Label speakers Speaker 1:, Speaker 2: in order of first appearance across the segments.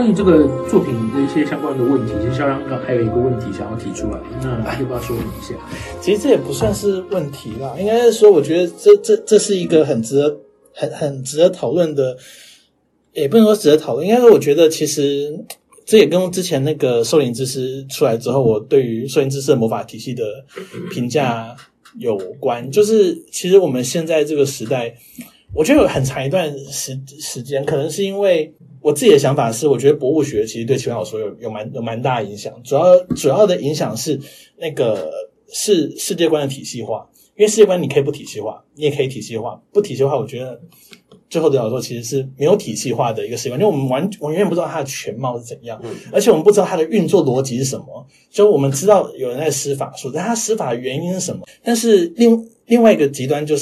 Speaker 1: 关于这个作品的一些相关的问题，其实肖刚刚还有一个问题想要提出来，那要不要说明一下？
Speaker 2: 其实这也不算是问题啦，应该是说，我觉得这是一个很值得讨论的，也不能说值得讨论，应该说我觉得其实这也跟之前那个兽灵之诗出来之后，我对于兽灵之诗的魔法体系的评价有关。就是其实我们现在这个时代，我觉得有很长一段时间，可能是因为我自己的想法是，我觉得博物学其实对奇幻小说有蛮大的影响。主要的影响是那个是世界观的体系化，因为世界观你可以不体系化，你也可以体系化。不体系化，我觉得最后的小说其实是没有体系化的一个世界观，因为我们完全不知道它的全貌是怎样，而且我们不知道它的运作逻辑是什么。就我们知道有人在施法术，但它施法的原因是什么？但是另外一个极端就是，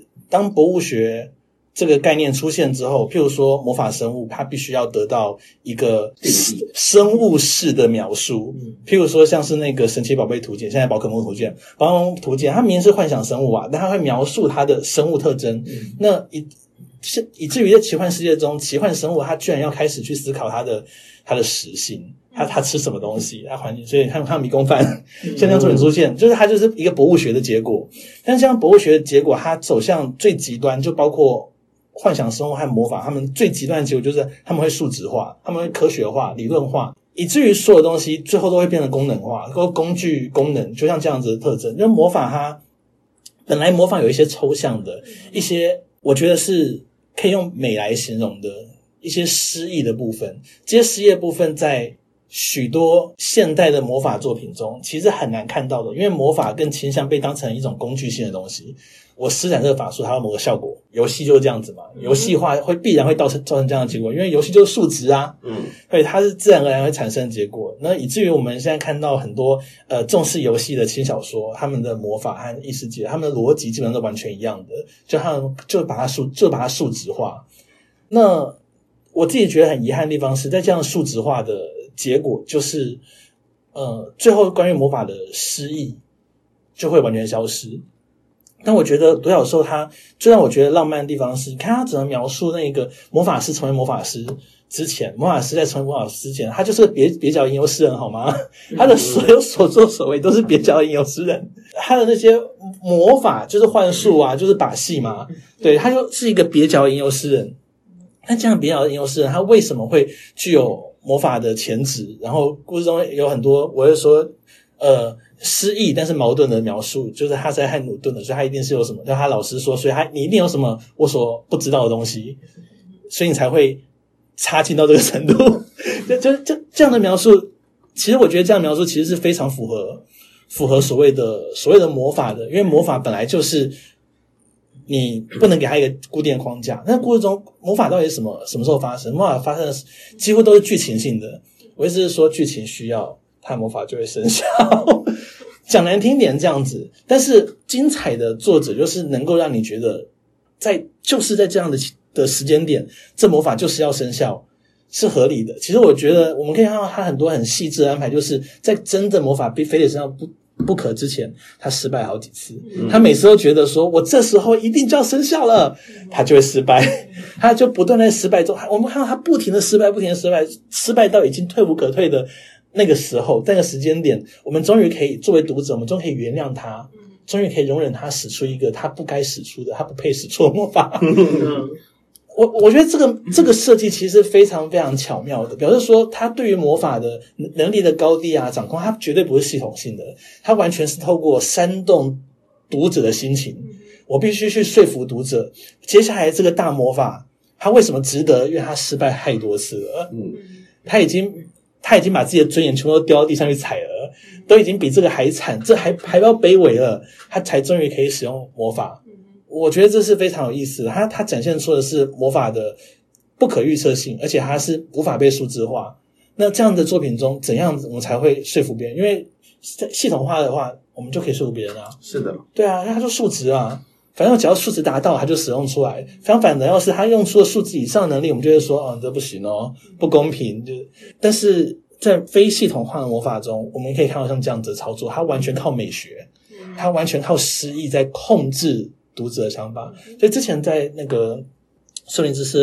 Speaker 2: 当博物学这个概念出现之后，譬如说魔法生物，它必须要得到一个生物式的描述，譬如说像是那个神奇宝贝图鉴，现在宝可梦图鉴，宝可梦图鉴它明明是幻想生物啊，但它会描述它的生物特征，那以至于在奇幻世界中，奇幻生物它居然要开始去思考它的实性，它吃什么东西，它环境，所以看迷宫饭像这样作品出现，就是它就是一个博物学的结果。但像博物学的结果，它走向最极端，就包括幻想生物和魔法，他们最极端的结果就是他们会数值化，他们会科学化、理论化，以至于所有东西最后都会变成功能化，或工具功能，就像这样子的特征。因为魔法它本来魔法有一些抽象的一些，我觉得是可以用美来形容的一些诗意的部分，这些诗意的部分在许多现代的魔法作品中其实很难看到的，因为魔法更倾向被当成一种工具性的东西。我施展这个法术，它有某个效果，游戏就是这样子嘛，游戏化必然会造成这样的结果，因为游戏就是数值啊，所以它是自然而然会产生的结果。那以至于我们现在看到很多重视游戏的轻小说，他们的魔法和异世界，他们的逻辑基本上都完全一样的，就把它数值化。那我自己觉得很遗憾的地方是在这样数值化的结果，就是最后关于魔法的诗意就会完全消失。但我觉得独角兽它最让我觉得浪漫的地方是，你看它怎么描述那个魔法师成为魔法师之前，魔法师在成为魔法师之前，他就是个蹩脚吟游诗人好吗？他的所有所作所为都是蹩脚吟游诗人，他的那些魔法就是幻术啊，就是把戏嘛，对，他就是一个蹩脚吟游诗人。但这样蹩脚吟游诗人，他为什么会具有魔法的潜质？然后故事中有很多，我会说诗意但是矛盾的描述，就是他在和努顿的，所以他一定是有什么，就他老师说，所以你一定有什么我所不知道的东西，所以你才会差劲到这个程度。就这样的描述，其实我觉得这样描述其实是非常符合所谓的魔法的，因为魔法本来就是你不能给他一个固定的框架。那故事中魔法到底是什么时候发生？魔法发生的几乎都是剧情性的，我意思是说剧情需要，它魔法就会生效。讲难听点这样子，但是精彩的作者就是能够让你觉得就是在这样的时间点，这魔法就是要生效，是合理的。其实我觉得我们可以看到他很多很细致的安排，就是在真的魔法非得身上不可之前，他失败好几次。他每次都觉得说我这时候一定就要生效了，他就会失败，他就不断在失败中，我们看到他不停的失败，失败到已经退无可退的那个时候，那个时间点，我们终于可以作为读者，我们终于可以原谅他，终于可以容忍他使出一个他不该使出的，他不配使出的魔法。我觉得这个设计其实非常非常巧妙的，表示说他对于魔法的能力的高低啊掌控，他绝对不是系统性的，他完全是透过煽动读者的心情，我必须去说服读者，接下来这个大魔法他为什么值得，因为他失败太多次了，他已经把自己的尊严全部都丢到地上去踩了，都已经比这个还惨，这还要卑微了，他才终于可以使用魔法。我觉得这是非常有意思的，它展现出的是魔法的不可预测性，而且它是无法被数字化。那这样的作品中，怎样我们才会说服别人？因为系统化的话，我们就可以说服别人啊。
Speaker 3: 是的，
Speaker 2: 对啊，因为它就数值啊，反正只要数值达到，它就使用出来。相反的，要是它用出了数值以上的能力，我们就会说，这不行哦，不公平。但是在非系统化的魔法中，我们可以看到像这样子的操作，它完全靠美学，它完全靠诗意在控制读者的想法。所以之前在那个兽灵之诗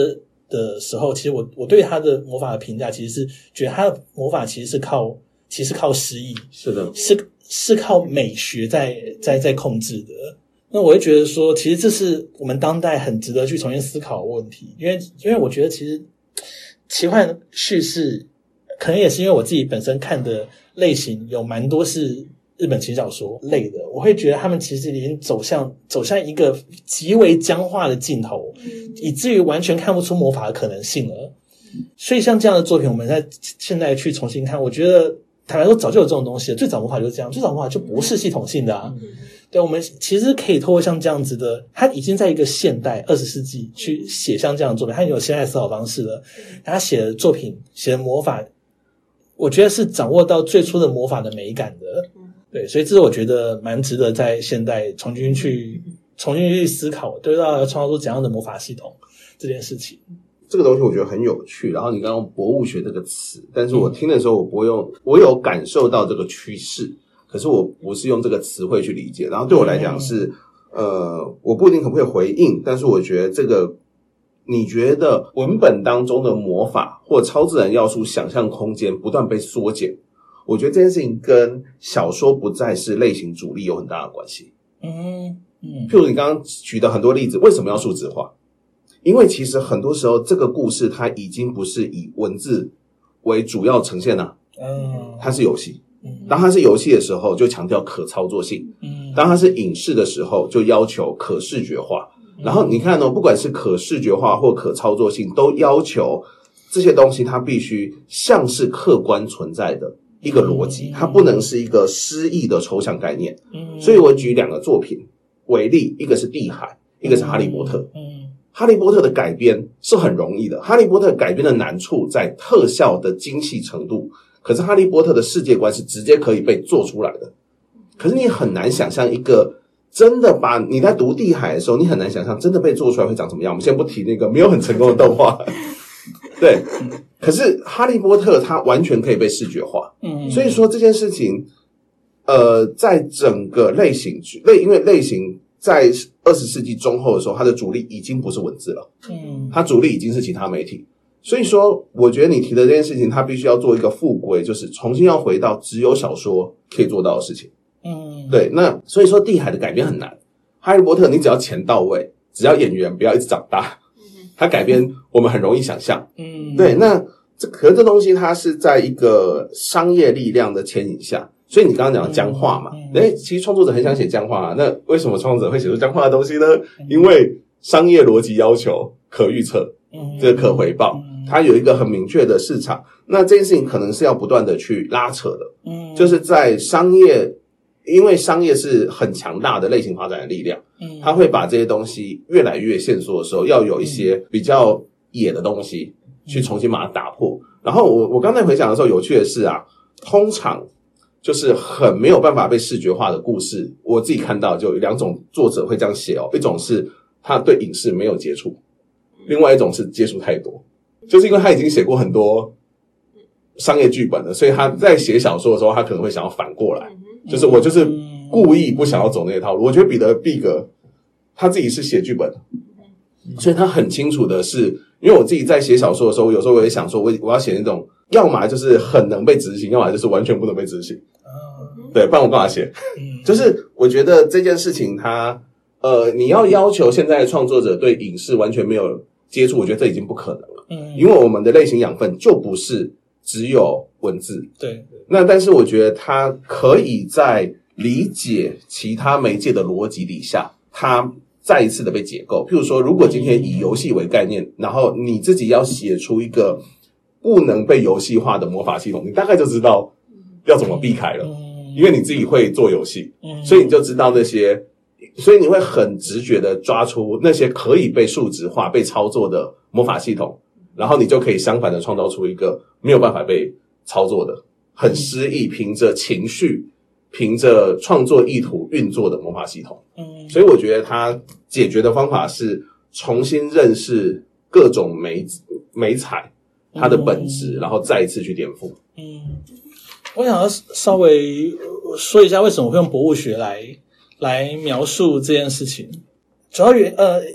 Speaker 2: 的时候，其实我对他的魔法的评价其实是觉得他的魔法其实是靠诗意，
Speaker 3: 是的，
Speaker 2: 是靠美学在控制的。那我会觉得说，其实这是我们当代很值得去重新思考的问题，因为我觉得其实奇幻叙事可能也是因为我自己本身看的类型有蛮多是日本轻小说类的，我会觉得他们其实已经走向一个极为僵化的尽头，以至于完全看不出魔法的可能性了。所以像这样的作品，我们在现在去重新看，我觉得坦白说早就有这种东西了。最早魔法就是这样，最早魔法就不是系统性的啊。对，我们其实可以透过像这样子的，他已经在一个现代20世纪去写像这样的作品，他有现代思考方式了。他写的作品，写的魔法，我觉得是掌握到最初的魔法的美感的。对，所以这是我觉得蛮值得在现代重新去思考，对，要创造出怎样的魔法系统这件事情。
Speaker 3: 这个东西我觉得很有趣，然后你刚刚用博物学这个词，但是我听的时候我不会用，我有感受到这个趋势，可是我不是用这个词汇去理解，然后对我来讲是我不一定可不可以回应，但是我觉得这个你觉得文本当中的魔法或超自然要素想象空间不断被缩减，我觉得这件事情跟小说不再是类型主力有很大的关系。譬如你刚刚举的很多例子，为什么要数字化？因为其实很多时候这个故事它已经不是以文字为主要呈现了，它是游戏。当它是游戏的时候就强调可操作性，当它是影视的时候就要求可视觉化。然后你看不管是可视觉化或可操作性，都要求这些东西它必须像是客观存在的一个逻辑，它不能是一个诗意的抽象概念。所以我举2个作品为例，一个是地海，一个是哈利波特。哈利波特的改编是很容易的，哈利波特改编的难处在特效的精细程度，可是哈利波特的世界观是直接可以被做出来的。可是你很难想象一个真的把你在读地海的时候，你很难想象真的被做出来会长什么样。我们先不提那个没有很成功的动画对，可是哈利波特它完全可以被视觉化。所以说这件事情在整个类型因为类型在20世纪中后的时候，它的主力已经不是文字了，它主力已经是其他媒体。所以说我觉得你提的这件事情它必须要做一个复归，就是重新要回到只有小说可以做到的事情。对，那所以说地海的改编很难，哈利波特你只要钱到位，只要演员不要一直长大，它改编我们很容易想象。对，那可是这东西它是在一个商业力量的牵引下，所以你刚刚讲的僵化嘛，其实创作者很想写僵化那为什么创作者会写出僵化的东西呢？因为商业逻辑要求可预测，这个可回报，它有一个很明确的市场。那这件事情可能是要不断的去拉扯的，就是在商业，因为商业是很强大的类型发展的力量，它会把这些东西越来越限缩的时候，要有一些比较野的东西去重新把它打破。然后我刚才回想的时候，有趣的是通常就是很没有办法被视觉化的故事，我自己看到就有2种作者会这样写一种是他对影视没有接触，另外一种是接触太多，就是因为他已经写过很多商业剧本了，所以他在写小说的时候他可能会想要反过来，就是我就是故意不想要走那些套路。我觉得彼得毕格他自己是写剧本的，所以他很清楚的是，因为我自己在写小说的时候，有时候我也想说我要写那种要么就是很能被执行，要么就是完全不能被执行。对，不然我干嘛写？就是我觉得这件事情它你要求现在的创作者对影视完全没有接触，我觉得这已经不可能了。因为我们的类型养分就不是只有文字。对，那但是我觉得它可以在理解其他媒介的逻辑底下，它再一次的被解构。譬如说，如果今天以游戏为概念，然后你自己要写出一个不能被游戏化的魔法系统，你大概就知道要怎么避开了，因为你自己会做游戏，所以你就知道那些，所以你会很直觉的抓出那些可以被数值化、被操作的魔法系统，然后你就可以相反的创造出一个没有办法被操作的、很诗意、凭着情绪、凭着创作意图运作的魔法系统。所以我觉得它解决的方法是重新认识各种媒材它的本质，然后再一次去颠覆。
Speaker 2: 我想要稍微说一下为什么会用博物学来描述这件事情。主要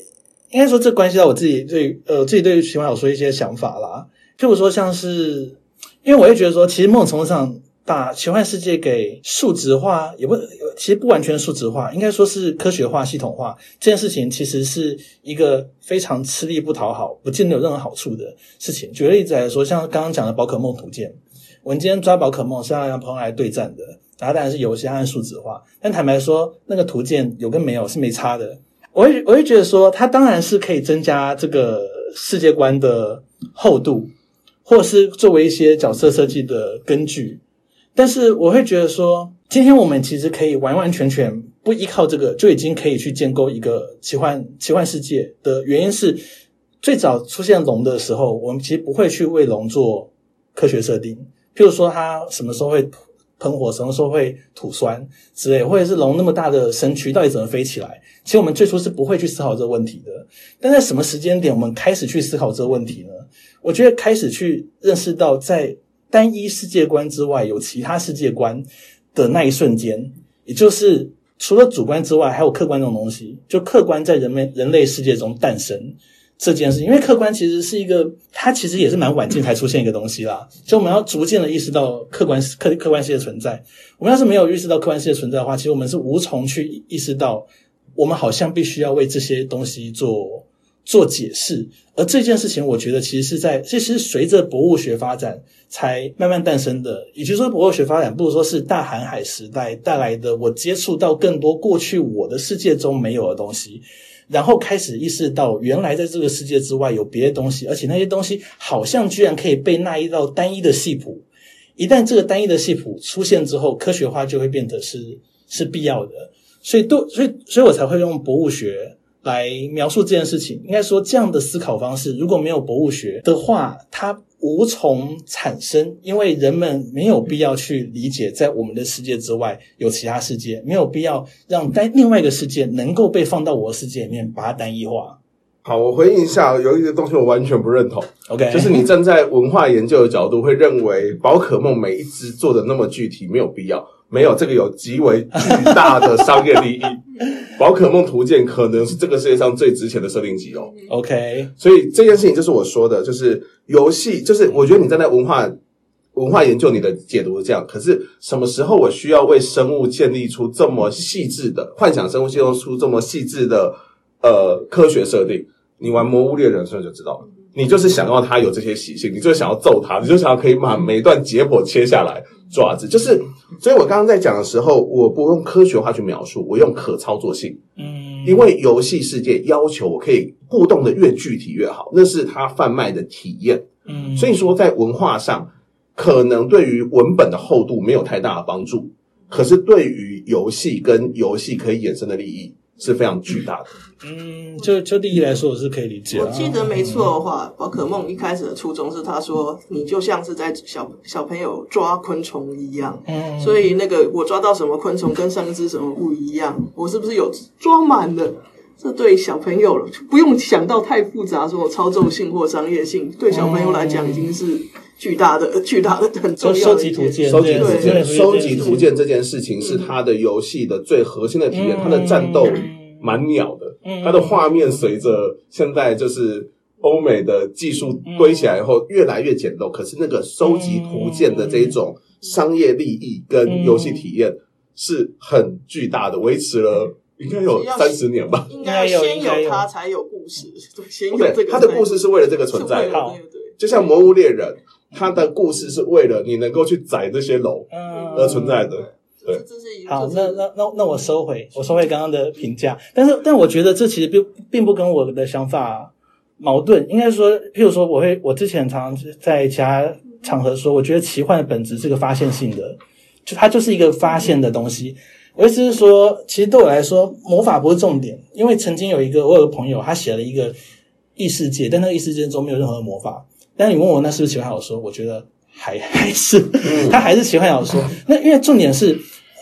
Speaker 2: 应该说这关系到我自己对奇幻小说一些想法啦。譬如说像是，因为我会觉得说，其实某种程度上把奇幻世界给数值化，其实不完全数值化，应该说是科学化、系统化，这件事情其实是一个非常吃力不讨好，不见得有任何好处的事情。举个例子来说，像刚刚讲的宝可梦图鉴，我们今天抓宝可梦是要让朋友来对战的，然后当然是游戏按数值化，但坦白说，那个图鉴有跟没有是没差的。我会觉得说，它当然是可以增加这个世界观的厚度，或者是作为一些角色设计的根据。但是我会觉得说，今天我们其实可以完完全全不依靠这个，就已经可以去建构一个奇幻世界的原因是，最早出现龙的时候，我们其实不会去为龙做科学设定，譬如说它什么时候会喷火，什么时候会吐酸之类，或者是龙那么大的身躯到底怎么飞起来，其实我们最初是不会去思考这个问题的。但在什么时间点我们开始去思考这个问题呢？我觉得开始去认识到在单一世界观之外有其他世界观的那一瞬间，也就是除了主观之外还有客观这种东西，就客观在人类世界中诞生这件事情。因为客观其实是一个，它其实也是蛮晚近才出现一个东西啦，就我们要逐渐的意识到客观世界存在。我们要是没有意识到客观世界存在的话，其实我们是无从去意识到我们好像必须要为这些东西做解释。而这件事情我觉得其实是随着博物学发展才慢慢诞生的。也就是说，博物学发展不如说是大航海时代带来的，我接触到更多过去我的世界中没有的东西，然后开始意识到原来在这个世界之外有别的东西，而且那些东西好像居然可以被纳入到单一的系谱。一旦这个单一的系谱出现之后，科学化就会变得是必要的。所以我才会用博物学来描述这件事情。应该说，这样的思考方式如果没有博物学的话，它无从产生，因为人们没有必要去理解在我们的世界之外有其他世界，没有必要让另外一个世界能够被放到我的世界里面，把它单一化。
Speaker 3: 好，我回应一下，有一个东西我完全不认同。
Speaker 2: OK，
Speaker 3: 就是你站在文化研究的角度，会认为宝可梦每一只做的那么具体，没有必要。没有，这个有极为巨大的商业利益。宝可梦图鉴可能是这个世界上最值钱的设定集哦。
Speaker 2: OK，
Speaker 3: 所以这件事情就是我说的，就是游戏，就是我觉得你站在文化研究，你的解读是这样。可是什么时候我需要为生物建立出这么细致的幻想生物建立出这么细致的科学设定？你玩魔物猎人的时候就知道了。你就是想要它有这些习性，你就是想要揍它，你就想要可以把每一段解剖切下来爪子，就是所以我刚刚在讲的时候，我不用科学化去描述，我用可操作性。因为游戏世界要求我可以互动的越具体越好，那是它贩卖的体验。所以说在文化上可能对于文本的厚度没有太大的帮助，可是对于游戏跟游戏可以衍生的利益是非常巨大的。
Speaker 2: 就利益来说我是可以理解。
Speaker 4: 我记得没错的话，宝可梦一开始的初衷是他说你就像是在小朋友抓昆虫一样，所以那个我抓到什么昆虫跟上一只什么不一样，我是不是有抓满了？这对小朋友不用想到太复杂，说操纵性或商业性，对小朋友来讲已经是巨大的很重要的
Speaker 2: 收集图鉴，
Speaker 3: 收集图鉴这件事情是它的游戏的最核心的体验。它的战斗蛮鸟的，它的画面随着现在就是欧美的技术堆起来以后越来越简陋，可是那个收集图鉴的这种商业利益跟游戏体验是很巨大的，维持了应该有30年吧。
Speaker 4: 应该先有它才有故事，先有这个。
Speaker 3: 它的故事是为了这个存在的，就像魔物猎人，它的故事是为了你能够去宰这些龙而存在的。对，
Speaker 2: 好，那我收回刚刚的评价，但我觉得这其实并不跟我的想法矛盾。应该说，譬如说我之前常常在其他场合说，我觉得奇幻的本质是个发现性的，就它就是一个发现的东西。我意思是说，其实对我来说，魔法不是重点，因为曾经我有个朋友，他写了一个异世界，但那个异世界中没有任何的魔法。但你问我那是不是奇幻小说，我觉得还是它还是奇幻小说。那因为重点是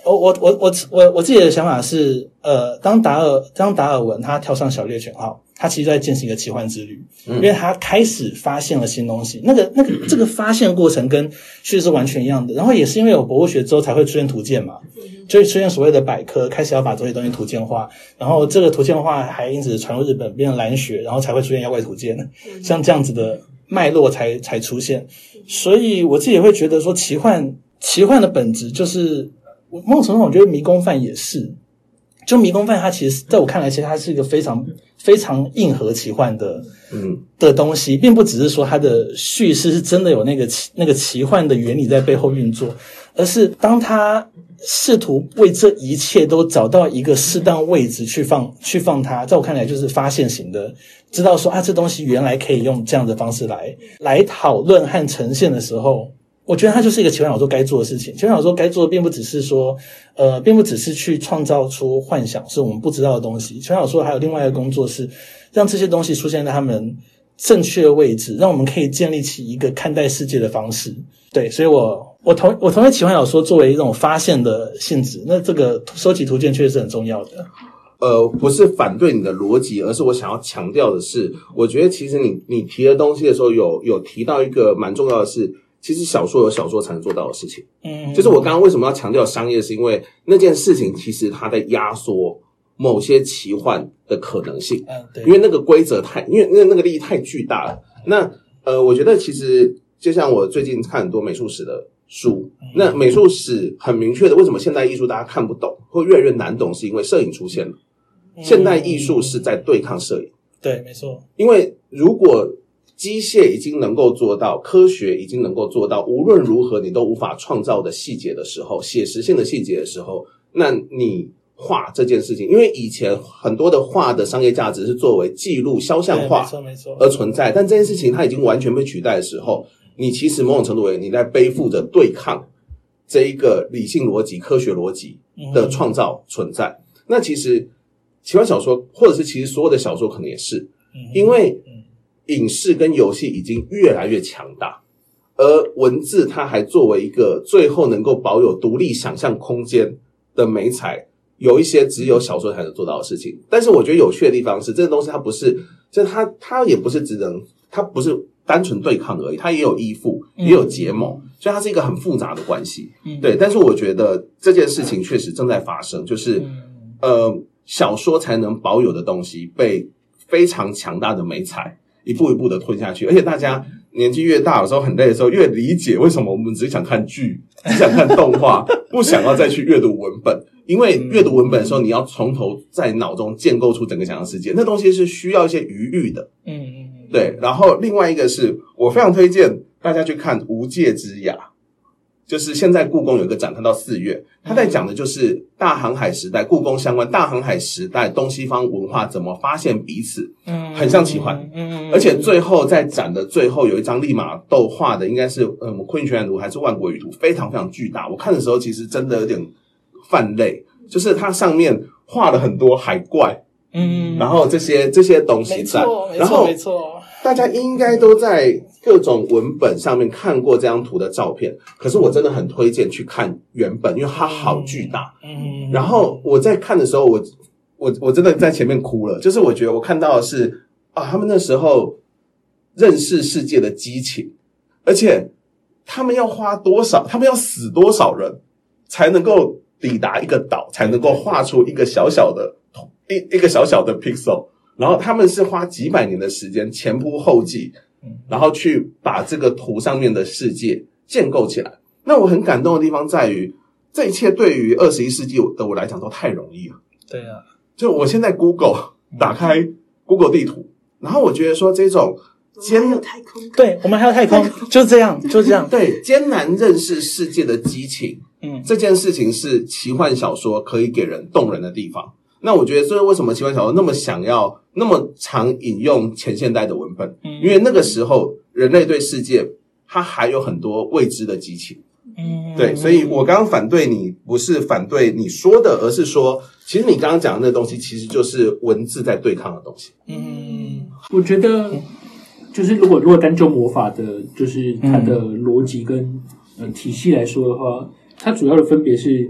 Speaker 2: 我自己的想法是，当达尔文他跳上小猎犬号，他其实在进行一个奇幻之旅，因为他开始发现了新东西。这个发现过程跟叙事完全一样的。然后也是因为有博物学之后才会出现图鉴嘛，就会出现所谓的百科，开始要把这些东西图鉴化。然后这个图鉴化还因此传入日本，变成蓝学，然后才会出现妖怪图鉴，像这样子的脉络才出现。所以我自己也会觉得说，奇幻的本质就是某种程度上，我觉得迷宫饭也是。就迷宫饭，它其实在我看来，其实它是一个非常非常硬核奇幻的东西，并不只是说它的叙事是真的有那个奇幻的原理在背后运作，而是当它试图为这一切都找到一个适当位置去放它，在我看来就是发现型的，知道说这东西原来可以用这样的方式来讨论和呈现的时候。我觉得它就是一个奇幻小说该做的事情。奇幻小说该做的并不只是说，并不只是去创造出幻想是我们不知道的东西。奇幻小说还有另外一个工作是让这些东西出现在他们正确的位置，让我们可以建立起一个看待世界的方式。对，所以我同意奇幻小说作为一种发现的性质，那这个收集图鉴确实是很重要的。
Speaker 3: 不是反对你的逻辑，而是我想要强调的是，我觉得其实你提的东西的时候有提到一个蛮重要的是。其实小说有小说才能做到的事情，就是我刚刚为什么要强调商业，是因为那件事情其实它在压缩某些奇幻的可能性，对，因为那个规则因为那个利益太巨大了。那我觉得其实就像我最近看很多美术史的书，那美术史很明确的，为什么现代艺术大家看不懂，会越来越难懂，是因为摄影出现了，现代艺术是在对抗摄影，
Speaker 2: 对，没错，
Speaker 3: 因为如果机械已经能够做到，科学已经能够做到，无论如何你都无法创造的细节的时候，写实性的细节的时候，那你画这件事情，因为以前很多的画的商业价值是作为记录肖像画而存在，但这件事情它已经完全被取代的时候，你其实某种程度你在背负着对抗这一个理性逻辑、科学逻辑的创造存在。那其实奇幻小说，或者是其实所有的小说可能也是，因为影视跟游戏已经越来越强大，而文字它还作为一个最后能够保有独立想象空间的媒材，有一些只有小说才能做到的事情。但是我觉得有趣的地方是，这个东西它不是，就是它也不是它不是单纯对抗而已，它也有依附，也有结盟，所以它是一个很复杂的关系。对，但是我觉得这件事情确实正在发生，就是小说才能保有的东西被非常强大的媒材一步一步的吞下去，而且大家年纪越大的时候很累的时候，越理解为什么我们只想看剧，只想看动画，不想要再去阅读文本。因为阅读文本的时候，你要从头在脑中建构出整个想象世界，那东西是需要一些余裕的。对。然后另外一个是我非常推荐大家去看《无界之牙》，就是现在故宫有一个展，它到4月，它在讲的就是大航海时代，故宫相关大航海时代东西方文化怎么发现彼此，很像奇幻。而且最后在展的最后有一张利玛窦画的，应该是昆曲全图还是万国语图，非常非常巨大。我看的时候其实真的有点泛泪，就是它上面画了很多海怪，然后这些东西在，然后
Speaker 2: 没错，
Speaker 3: 大家应该都在各种文本上面看过这张图的照片，可是我真的很推荐去看原本，因为它好巨大。然后我在看的时候，我真的在前面哭了，就是我觉得我看到的是他们那时候认识世界的激情，而且他们要花多少，他们要死多少人才能够抵达一个岛，才能够画出一个小小的一个小小的 pixel， 然后他们是花几百年的时间前仆后继，然后去把这个图上面的世界建构起来。那我很感动的地方在于，这一切对于21世纪的我来讲都太容易了。
Speaker 2: 对啊，
Speaker 3: 就我现在 Google 打开 Google 地图，然后我觉得说这种
Speaker 4: 还有太空，
Speaker 2: 对，我们还有太空，就这样。
Speaker 3: 对，艰难认识世界的激情，这件事情是奇幻小说可以给人动人的地方。那我觉得这是为什么奇幻小说那么想要那么常引用前现代的文本，因为那个时候人类对世界它还有很多未知的激情。对，所以我刚刚反对你，不是反对你说的，而是说其实你刚刚讲的那个东西其实就是文字在对抗的东西。
Speaker 1: 我觉得就是如果单就魔法的就是它的逻辑跟体系来说的话，它主要的分别是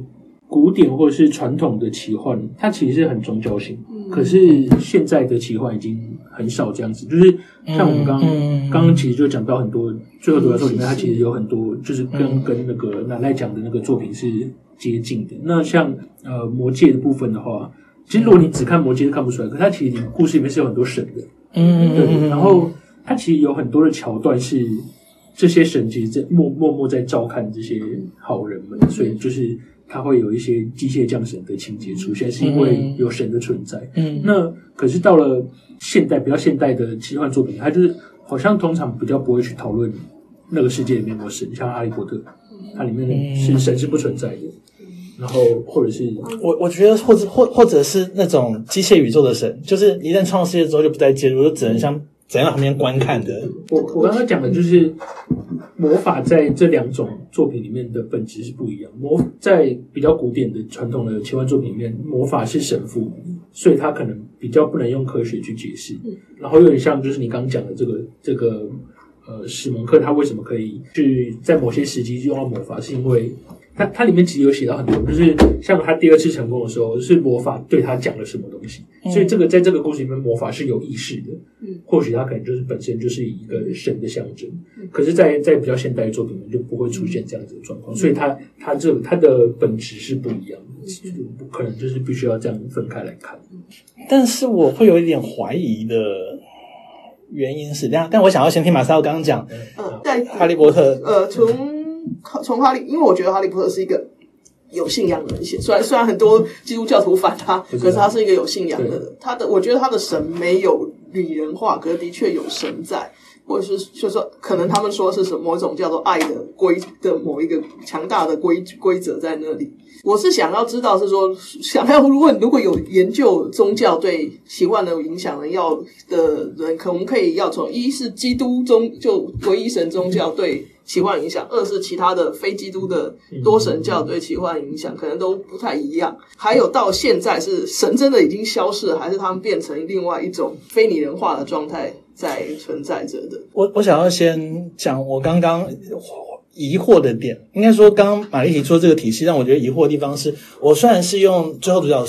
Speaker 1: 古典或者是传统的奇幻，它其实是很宗教性，可是现在的奇幻已经很少这样子，就是像我们刚刚其实就讲到很多最后独角兽里面，它其实有很多就是跟那个乃赖讲的那个作品是接近的。那像魔戒的部分的话，其实如果你只看魔戒是看不出来，可是它其实故事里面是有很多神的，对，然后它其实有很多的桥段是这些神其实在默默在照看这些好人们，所以就是它会有一些机械降神的情节出现，是因为有神的存在。那可是到了比较现代的奇幻作品，它就是好像通常比较不会去讨论那个世界里面有神，像哈利波特，它里面是神是不存在的。然后或者是
Speaker 2: 我觉得或者是那种机械宇宙的神，就是一旦创造世界之后就不再介入，就只能像在旁边观看的。
Speaker 1: 我刚刚讲的就是魔法在这两种作品里面的本质是不一样。在比较古典的传统的奇幻作品里面，魔法是神赋予，所以它可能比较不能用科学去解释。然后有点像就是你刚刚讲的这个史蒙克他为什么可以去在某些时机用到魔法，是因为它里面其实有写到很多，就是像他第二次成功的时候，是魔法对他讲了什么东西，所以在这个故事里面，魔法是有意识的。或许它可能就是本身就是一个神的象征，可是在比较现代的作品里面就不会出现这样子的状况，所以它的本质是不一样的，不可能就是必须要这样分开来看。
Speaker 2: 但是我会有一点怀疑的原因是这样，但我想要先听马赛奥刚刚讲，哈利波特，
Speaker 4: 从因为我觉得哈利波特是一个有信仰的人写，虽然很多基督教徒反他，可是他是一个有信仰的人。我觉得他的神没有拟人化，可是的确有神在，或者是就是说，可能他们说是某一种叫做爱的某一个强大的规则在那里。我是想要知道是说，如果有研究宗教对奇幻的影响的人，我们可以要从一是基督就唯一神宗教对奇幻影响，二是其他的非基督的多神教对奇幻影响，可能都不太一样。还有到现在是神真的已经消失了，还是他们变成另外一种非拟人化的状态在存在着的？我
Speaker 2: 想要先讲我刚刚疑惑的点，应该说刚刚玛丽提出这个体系让我觉得疑惑的地方是，我虽然是用最后独角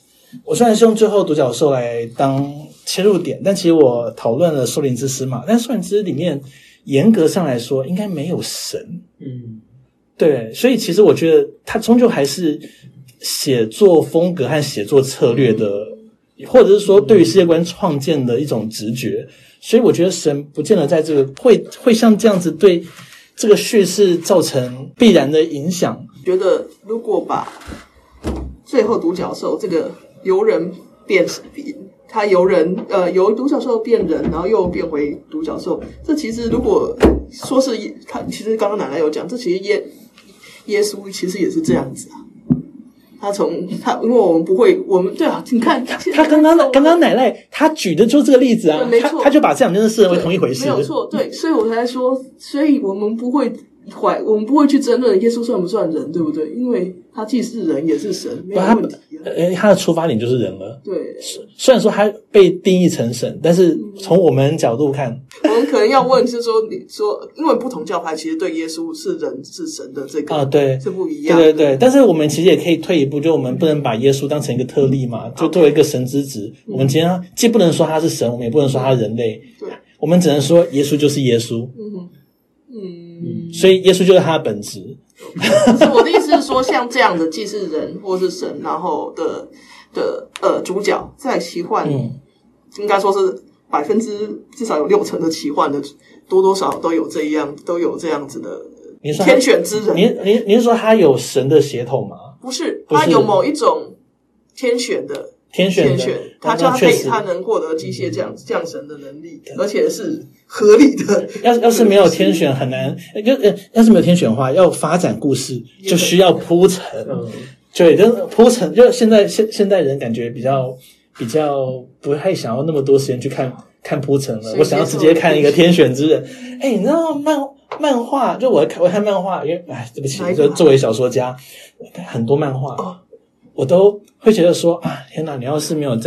Speaker 2: 兽来当切入点，但其实我讨论了兽灵之诗嘛，但兽灵之诗里面严格上来说应该没有神。对，所以其实我觉得它终究还是写作风格和写作策略的，或者是说对于世界观创建的一种直觉，所以我觉得神不见得在这个会像这样子对这个叙事造成必然的影响。
Speaker 4: 觉得如果把最后独角兽这个由人变他由独角兽变人，然后又变回独角兽，这其实如果说是他，其实刚刚奶奶有讲，这其实耶稣其实也是这样子啊。因为我们不会，对啊，你看
Speaker 2: 他刚刚奶奶他举的就是这个例子啊，
Speaker 4: 没错，
Speaker 2: 他就把这两件事视为同一回事，
Speaker 4: 没有错，对，所以我才说，所以我们不会去争论耶稣算不算人，对不对？因为他既是人也是神，没有问题
Speaker 2: 他的出发点就是人了。
Speaker 4: 对，
Speaker 2: 虽然说他被定义成神，但是从我们角度看，
Speaker 4: 我们可能要问是说，你说因为不同教派其实对耶稣是人是神的这个
Speaker 2: 对
Speaker 4: 是不一样的，
Speaker 2: 对，但是我们其实也可以退一步，就我们不能把耶稣当成一个特例嘛，就作为一个神之子，我们今天既不能说他是神，我们也不能说他是人类，
Speaker 4: 对，
Speaker 2: 我们只能说耶稣就是耶稣，所以耶稣就是他的本质。
Speaker 4: 是我的意思是说，像这样的既是人或是神，然后的主角在奇幻，应该说是至少有60%的奇幻的多多少少都有这样子的天选之人。
Speaker 2: 你是说他有神的血统吗？
Speaker 4: 不是，他有某一种天选，他能获得机械降神的能力，而且是合理的。
Speaker 2: 要是没有天选很难，要是没有天选的话，要发展故事就需要铺陈。对，就是铺陈，就现代人感觉比较不太想要那么多时间去看铺陈了。我想要直接看一个天选之人。你知道漫画，就我看漫画，因为对不起，就作为小说家，我看很多漫画。我都会觉得说天哪，你要是没有在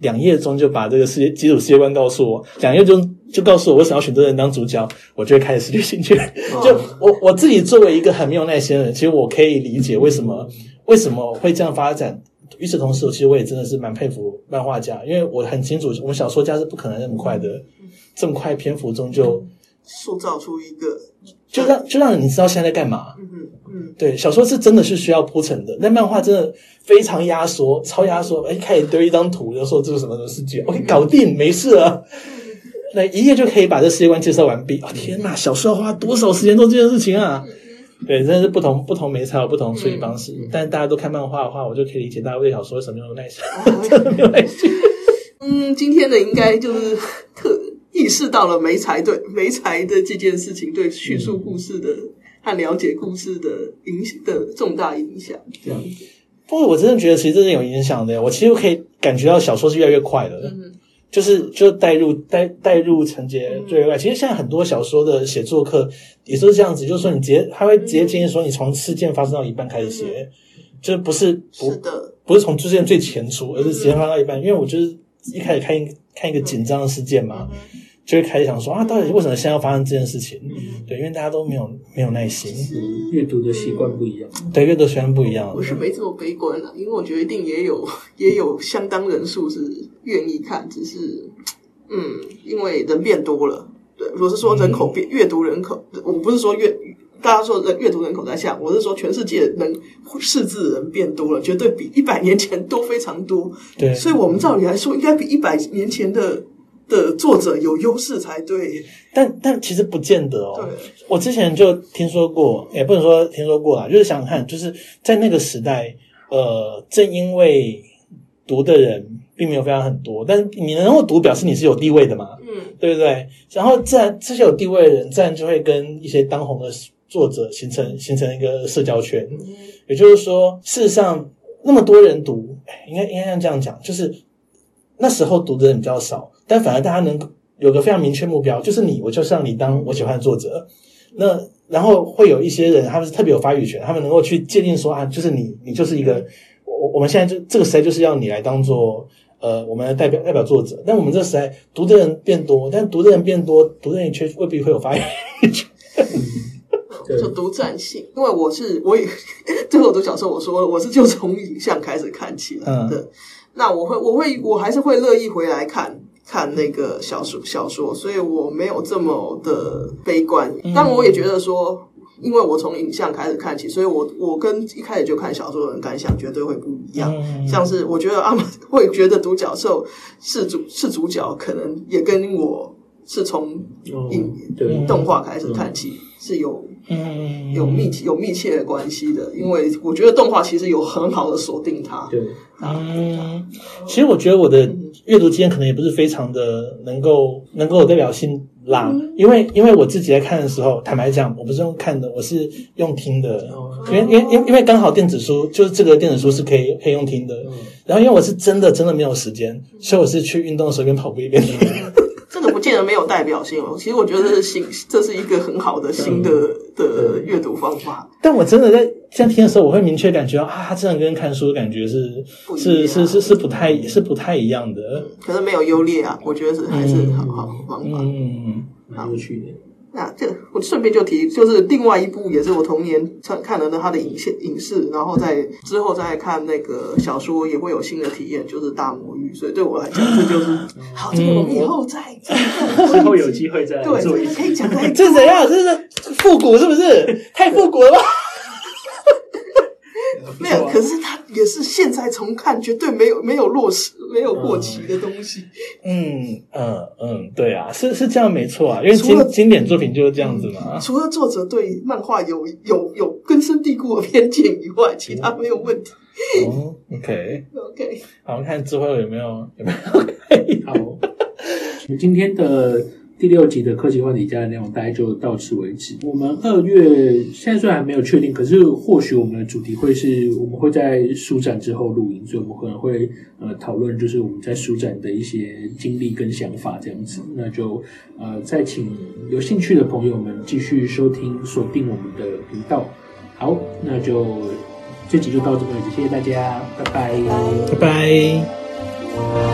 Speaker 2: 2页中就把这个基础世界观告诉我，2页中就告诉我为什么要选这个人当主角，我就会开始失去兴趣。就我自己作为一个很没有耐心的人，其实我可以理解为什么会这样发展。与此同时，其实我也真的是蛮佩服漫画家，因为我很清楚，我们小说家是不可能那么快的，这么快篇幅中就
Speaker 4: 塑造出一个，
Speaker 2: 就让你知道现在在干嘛。对，小说是真的是需要铺陈的，但漫画真的非常压缩，超压缩。开始丢一张图，就说这是什么什么世界，OK，搞定，没事了。那1页就可以把这世界观介绍完毕。天哪，小说要花多少时间做这件事情啊？对，真的是不同媒材有不同处理方式，但大家都看漫画的话，我就可以理解大家对小说为什么没有耐心，真的没有耐心。
Speaker 4: 今天的应该就是意识到了媒材的这件事情对叙述故事的和了解故事的重大影响，这样子。
Speaker 2: 不过我真的觉得其实真的有影响的，我其实可以感觉到小说是越来越快的。就带入情节最快。其实现在很多小说的写作课也是这样子，就是说他会直接建议说你从事件发生到一半开始写，就是不是从事件最前出，而是直接发生到一半。因为我就是一开始看一个紧张的事件嘛，就会开始想说到底为什么现在要发生这件事情？对，因为大家都没有耐心，
Speaker 1: 阅读的习惯不一样。
Speaker 2: 对，阅读习惯不一样。
Speaker 4: 我是没这么悲观啦，因为我觉得一定也有相当人数是愿意看，只是因为人变多了。对，我是说人口阅读人口，我不是说大家说阅读人口在下，我是说全世界能识字人变多了，绝对比100年前多非常多。对，所以我们照理来说，应该比100年前的作者有优势才对，
Speaker 2: 但其实不见得哦。我之前就听说过，也不能说听说过啦，就是想看，就是在那个时代，正因为读的人并没有非常很多，但你能够读，表示你是有地位的嘛，对不对？然后自然这些有地位的人，自然就会跟一些当红的作者形成一个社交圈。也就是说，事实上那么多人读，应该像这样讲，就是那时候读的人比较少。但反而大家能有个非常明确目标，就是我就让你当我喜欢的作者。那然后会有一些人，他们是特别有发语权，他们能够去界定说就是你就是一个我们现在就这个时代就是要你来当做我们的代表作者。但我们这个时代读的人变多，但读的人变多，读的人却未必会有发言权。
Speaker 4: 就独占性，因为我也最后读小说，我说我是就从影像开始看起来的。那我还是会乐意回来看那个小说，所以我没有这么的悲观。但我也觉得说，因为我从影像开始看起，所以我跟一开始就看小说的人感想绝对会不一样。像是我觉得阿玛会觉得独角兽是主角，可能也跟我是从动画开始看起是有密切的关系的，因为我觉得动画其实有很好的锁定它。对，
Speaker 2: 其实我觉得我的阅读经验可能也不是非常的能够有代表性啦，因为我自己在看的时候，坦白讲，我不是用看的，我是用听的，因为刚好电子书就是这个电子书是可以用听的，然后因为我是真的没有时间，所以我是去运动的时候一边跑步一边听。
Speaker 4: 这个不见得没有代表性哦。其实我觉得这是一个很好的新的阅读方法。
Speaker 2: 但我真的在这样听的时候，我会明确感觉到它真的跟看书的感觉是不太一样的。
Speaker 4: 可是没有优劣啊，我觉得还是好方法。
Speaker 1: 蛮有趣的。
Speaker 4: 那我顺便就提，就是另外一部也是我童年看了他的影视，然后之后再看那个小说，也会有新的体验，就是大魔域。所以对我来讲，这就是好，这个我们以后之
Speaker 1: 后有机会再做一次，
Speaker 4: 可以讲在
Speaker 2: 这是怎样？这是复古是不是？太复古了吧？
Speaker 4: 没有，可是它也是现在重看绝对没有落实、没有过期的东西。
Speaker 2: 对啊，是这样没错啊，因为经典作品就是这样子嘛。
Speaker 4: 除了作者对漫画有根深蒂固的偏见以外，其他没有问题。
Speaker 2: OK， 好，看之后有没有
Speaker 1: 好，我们今天的第6集的科技话题家的内容大概就到此为止。我们2月现在虽然还没有确定，可是或许我们的主题会是我们会在书展之后录音，所以我们可能会讨论就是我们在书展的一些经历跟想法这样子。那就再请有兴趣的朋友们继续收听锁定我们的频道。好，那就这集就到这个为止，谢谢大家，拜拜，
Speaker 2: 拜拜。